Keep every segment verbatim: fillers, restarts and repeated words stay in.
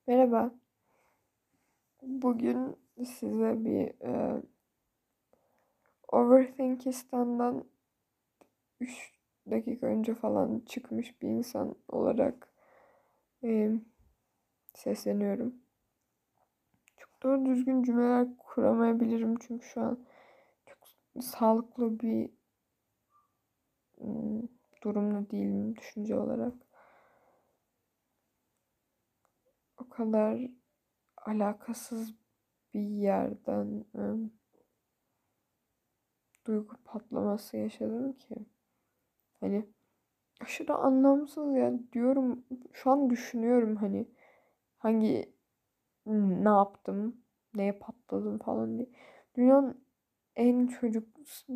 Merhaba. Bugün size bir e, Overthinkistan'dan üç dakika önce falan çıkmış bir insan olarak e, sesleniyorum. Çok doğru düzgün cümleler kuramayabilirim çünkü şu an çok sağlıklı bir mm, durumda değilim düşünce olarak. O kadar alakasız bir yerden e, duygu patlaması yaşadım ki. Hani aşırı anlamsız ya diyorum, şu an düşünüyorum hani hangi ne yaptım, neye patladım falan diye. Dünyanın en çocuk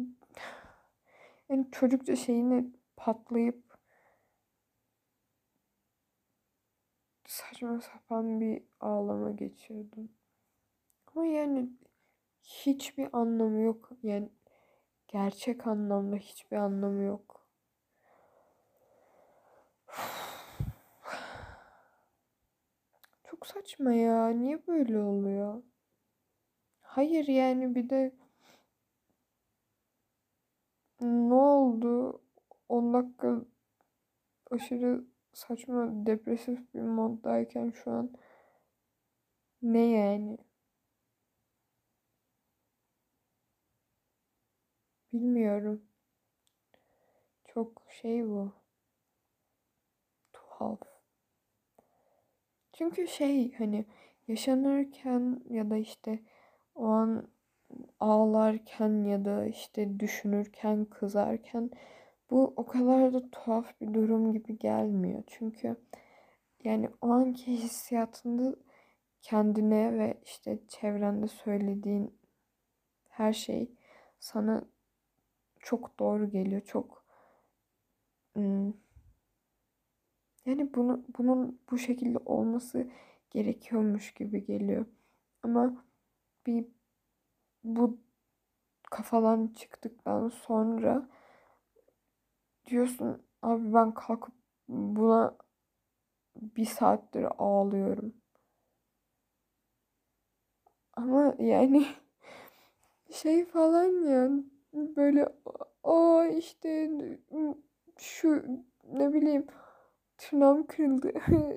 en çocukça şeyini patlayıp saçma sapan bir ağlama geçirdim. Ama yani hiçbir anlamı yok. Yani gerçek anlamda hiçbir anlamı yok. Çok saçma ya. Niye böyle oluyor? Hayır yani bir de ne oldu? on dakika aşırı saçma depresif bir moddayken şu an ne yani? Bilmiyorum. Çok şey bu. Tuhaf. Çünkü şey hani yaşanırken ya da işte o an ağlarken ya da işte düşünürken, kızarken bu o kadar da tuhaf bir durum gibi gelmiyor. Çünkü yani o anki hissiyatında kendine ve işte çevrende söylediğin her şey sana çok doğru geliyor. Çok ım, yani bunu bunun bu şekilde olması gerekiyormuş gibi geliyor. Ama bir bu kafadan çıktıktan sonra diyorsun abi ben kalkıp buna bir saattir ağlıyorum. Ama yani şey falan ya böyle o işte şu ne bileyim tırnağım kırıldı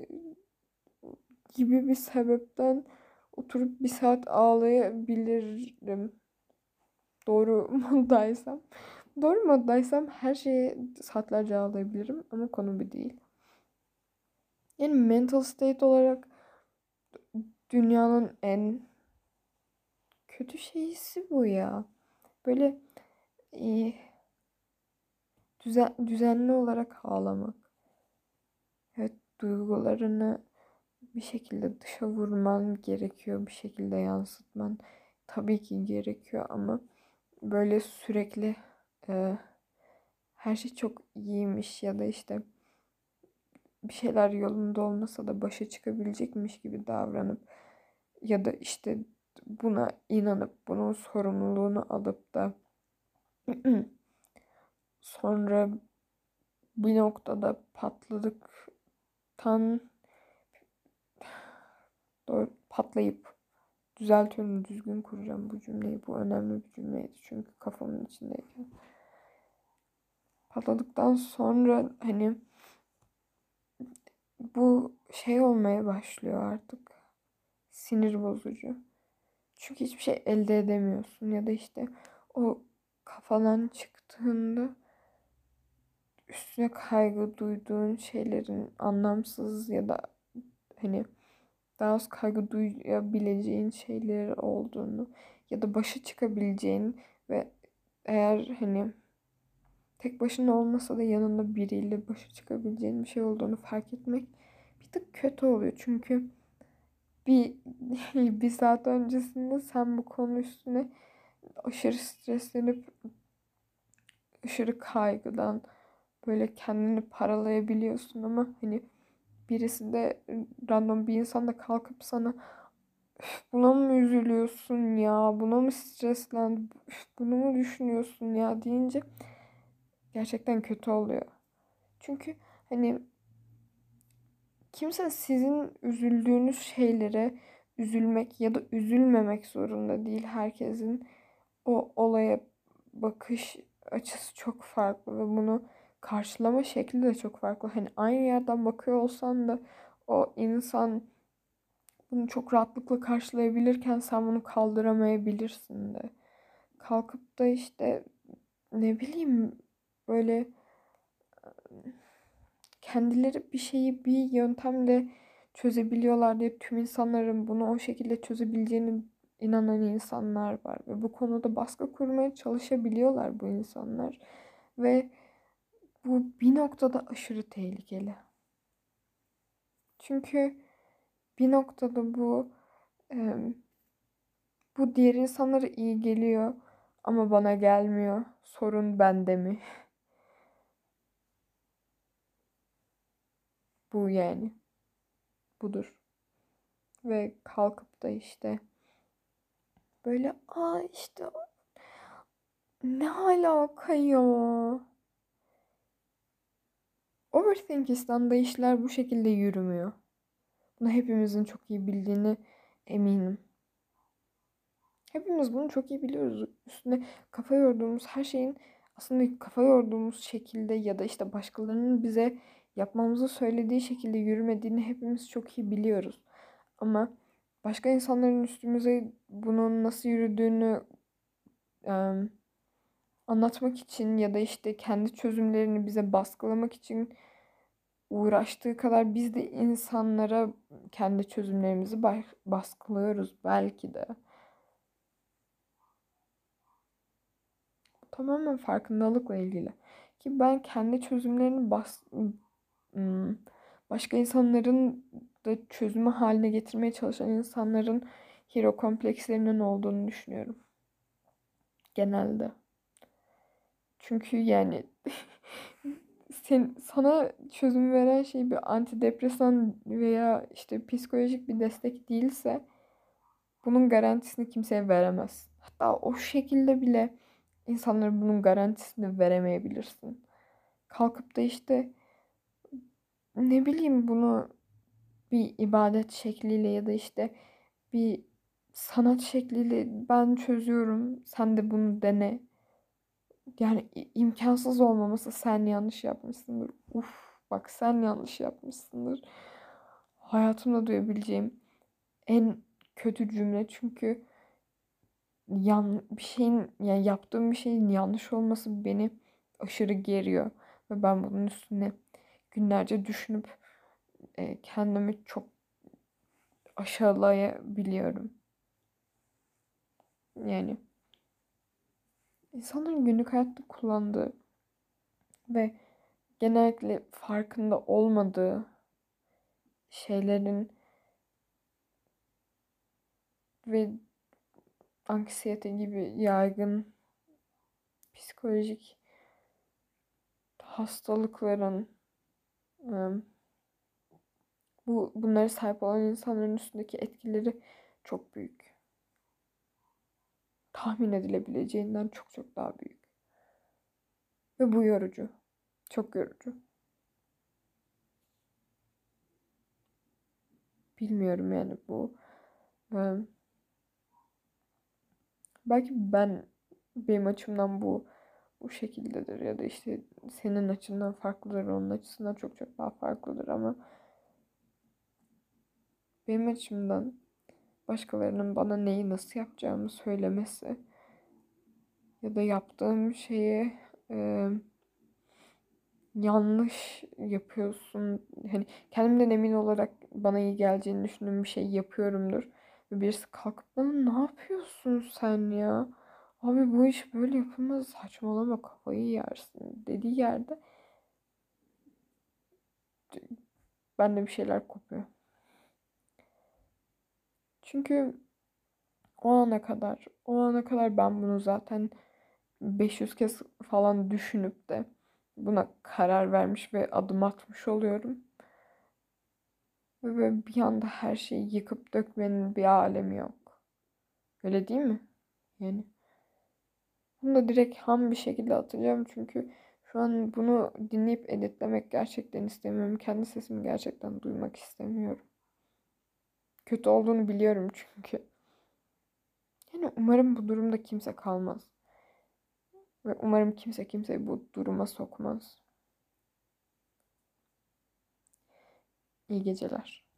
gibi bir sebepten oturup bir saat ağlayabilirim. Doğru moddaysam. Doğru moddaysam her şeye saatlerce ağlayabilirim ama konu bu değil. Yani mental state olarak dünyanın en kötü şeysi bu ya. Böyle e, düzen, düzenli olarak ağlamak. Evet, duygularını bir şekilde dışa vurman gerekiyor, bir şekilde yansıtman tabii ki gerekiyor ama böyle sürekli e, her şey çok iyiymiş ya da işte bir şeyler yolunda olmasa da başa çıkabilecekmiş gibi davranıp ya da işte buna inanıp bunun sorumluluğunu alıp da sonra bir noktada patladıktan doğru patlayıp düzeltiyorum, düzgün kuracağım bu cümleyi. Bu önemli bir cümleydi çünkü kafamın içindeyken. Patladıktan sonra hani bu şey olmaya başlıyor artık. Sinir bozucu. Çünkü hiçbir şey elde edemiyorsun ya da işte o kafadan çıktığında üstüne kaygı duyduğun şeylerin anlamsız ya da hani daha az kaygı duyabileceğin şeyler olduğunu ya da başa çıkabileceğin ve eğer hani tek başına olmasa da yanında biriyle başa çıkabileceğin bir şey olduğunu fark etmek bir tık kötü oluyor. Çünkü bir bir saat öncesinde sen bu konu üstüne aşırı streslenip aşırı kaygıdan böyle kendini paralayabiliyorsun ama hani birisi de random bir insan da kalkıp sana buna mı üzülüyorsun ya, buna mı streslendin, bunu mu düşünüyorsun ya deyince gerçekten kötü oluyor. Çünkü hani kimse sizin üzüldüğünüz şeylere üzülmek ya da üzülmemek zorunda değil. Herkesin o olaya bakış açısı çok farklı ve bunu karşılama şekli de çok farklı. Hani aynı yerden bakıyor olsan da o insan bunu çok rahatlıkla karşılayabilirken sen bunu kaldıramayabilirsin de. Kalkıp da işte ne bileyim böyle kendileri bir şeyi bir yöntemle çözebiliyorlar diye tüm insanların bunu o şekilde çözebileceğini inanan insanlar var ve bu konuda baskı kurmaya çalışabiliyorlar bu insanlar ve bu bir noktada aşırı tehlikeli. Çünkü bir noktada bu e, bu diğer insanlara iyi geliyor ama bana gelmiyor. Sorun bende mi? Bu yani. Budur. Ve kalkıp da işte böyle aa işte ne alaka ya? Overthinkistan'da işler bu şekilde yürümüyor. Bunu hepimizin çok iyi bildiğini eminim. Hepimiz bunu çok iyi biliyoruz. Üstüne kafa yorduğumuz her şeyin aslında kafa yorduğumuz şekilde ya da işte başkalarının bize yapmamızı söylediği şekilde yürümediğini hepimiz çok iyi biliyoruz. Ama başka insanların üstümüze bunun nasıl yürüdüğünü em, anlatmak için ya da işte kendi çözümlerini bize baskılamak için uğraştığı kadar biz de insanlara kendi çözümlerimizi baskılıyoruz belki de. Tamamen farkındalıkla ilgili. Ki ben kendi çözümlerini bas hmm, başka insanların da çözümü haline getirmeye çalışan insanların hero komplekslerinin olduğunu düşünüyorum. Genelde. Çünkü yani sen, sana çözüm veren şey bir antidepresan veya işte psikolojik bir destek değilse bunun garantisini kimseye veremez. Hatta o şekilde bile insanlara bunun garantisini veremeyebilirsin. Kalkıp da işte ne bileyim bunu bir ibadet şekliyle ya da işte bir sanat şekliyle ben çözüyorum. Sen de bunu dene. Yani imkansız olmaması sen yanlış yapmışsındır. Uf bak sen yanlış yapmışsındır. Hayatımda duyabileceğim en kötü cümle çünkü yan bir şeyin yani yaptığım bir şeyin yanlış olması beni aşırı geriyor ve ben bunun üstüne günlerce düşünüp e, kendimi çok aşağılayabiliyorum. Yani insanların günlük hayatta kullandığı ve genellikle farkında olmadığı şeylerin ve anksiyete gibi yaygın psikolojik hastalıkların ım, bu bunlara sahip olan insanların üstündeki etkileri çok büyük. Tahmin edilebileceğinden çok çok daha büyük. Ve bu yorucu. Çok yorucu. Bilmiyorum yani bu. ım, Belki ben benim açımdan bu bu şekildedir ya da işte senin açından farklıdır, onun açısından çok çok daha farklıdır ama benim açımdan başkalarının bana neyi nasıl yapacağımı söylemesi ya da yaptığım şeyi e, yanlış yapıyorsun. Hani kendimden emin olarak bana iyi geleceğini düşündüğüm bir şey yapıyorumdur. Ve birisi kalkıp bana ne yapıyorsun sen ya? Abi bu iş böyle yapılmaz saçmalama kafayı yersin dediği yerde bende bir şeyler kopuyor. Çünkü o ana kadar o ana kadar ben bunu zaten beş yüz kez falan düşünüp de buna karar vermiş ve adım atmış oluyorum. Ve böyle bir anda her şeyi yıkıp dökmenin bir alemi yok. Öyle değil mi? Yani bunu da direkt ham bir şekilde atacağım çünkü Şu an bunu dinleyip editlemek gerçekten istemiyorum. Kendi sesimi gerçekten duymak istemiyorum. Kötü olduğunu biliyorum çünkü. Yani umarım bu durumda kimse kalmaz. Ve umarım kimse kimseyi bu duruma sokmaz. İyi geceler.